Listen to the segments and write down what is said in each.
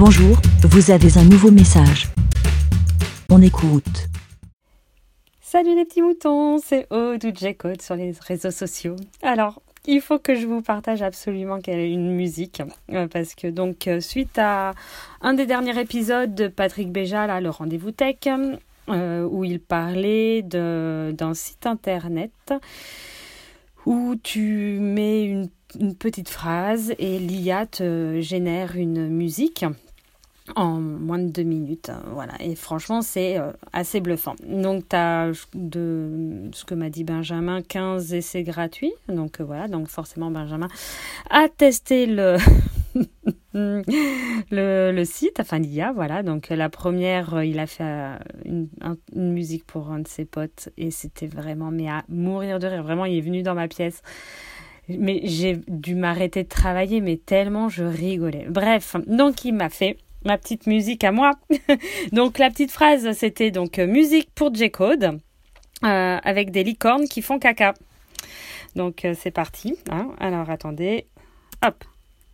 Bonjour, vous avez un nouveau message. On écoute. Salut les petits moutons, c'est Aude ou J-Code sur les réseaux sociaux. Alors, il faut que je vous partage absolument une musique parce que donc suite à un des derniers épisodes de Patrick Béja, là, le Rendez-vous Tech, où il parlait d'un site internet où tu mets une petite phrase et l'IA te génère une musique en moins de 2 minutes, voilà. Et franchement, c'est assez bluffant. Donc, tu as, de ce que m'a dit Benjamin, 15 essais gratuits. Donc, voilà. Donc, forcément, Benjamin a testé le site, enfin l'IA, voilà. Donc, la première, il a fait une musique pour un de ses potes et c'était vraiment, mais à mourir de rire. Vraiment, il est venu dans ma pièce. Mais j'ai dû m'arrêter de travailler, mais tellement je rigolais. Bref, donc, il m'a fait ma petite musique à moi. Donc la petite phrase, c'était donc musique pour J-Code avec des licornes qui font caca. Donc c'est parti. Hein. Alors attendez. Hop.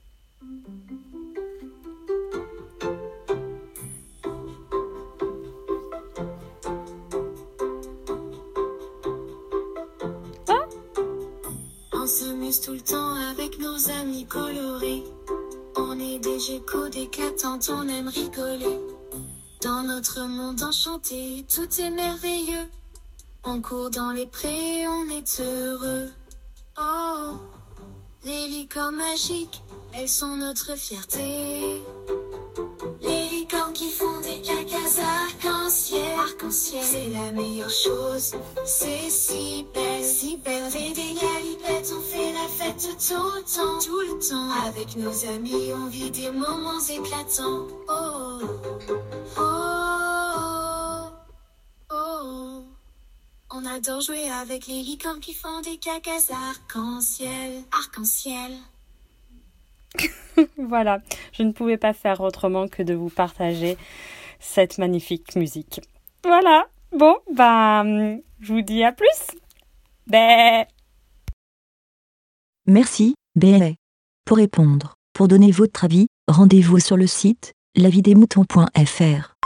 On s'amuse tout le temps avec nos amis colorés. On est des J-Code éclatants, on aime rigoler. Dans notre monde enchanté, tout est merveilleux. On court dans les prés, on est heureux. Oh, les licornes magiques, elles sont notre fierté. Les licornes qui font des cacas arc-en-ciel. Arc-en-ciel, c'est la meilleure chose. C'est si belle, si belle. On fait des galipettes, on fait la fête tout le temps. Avec nos amis, on vit des moments éclatants. Oh, oh, oh, oh. On adore jouer avec les licornes qui font des cacas arc-en-ciel. Arc-en-ciel. Voilà, je ne pouvais pas faire autrement que de vous partager cette magnifique musique. Voilà, bon, je vous dis à plus. Bé. Merci, bé. Pour répondre, pour donner votre avis, rendez-vous sur le site lavidemouton.fr.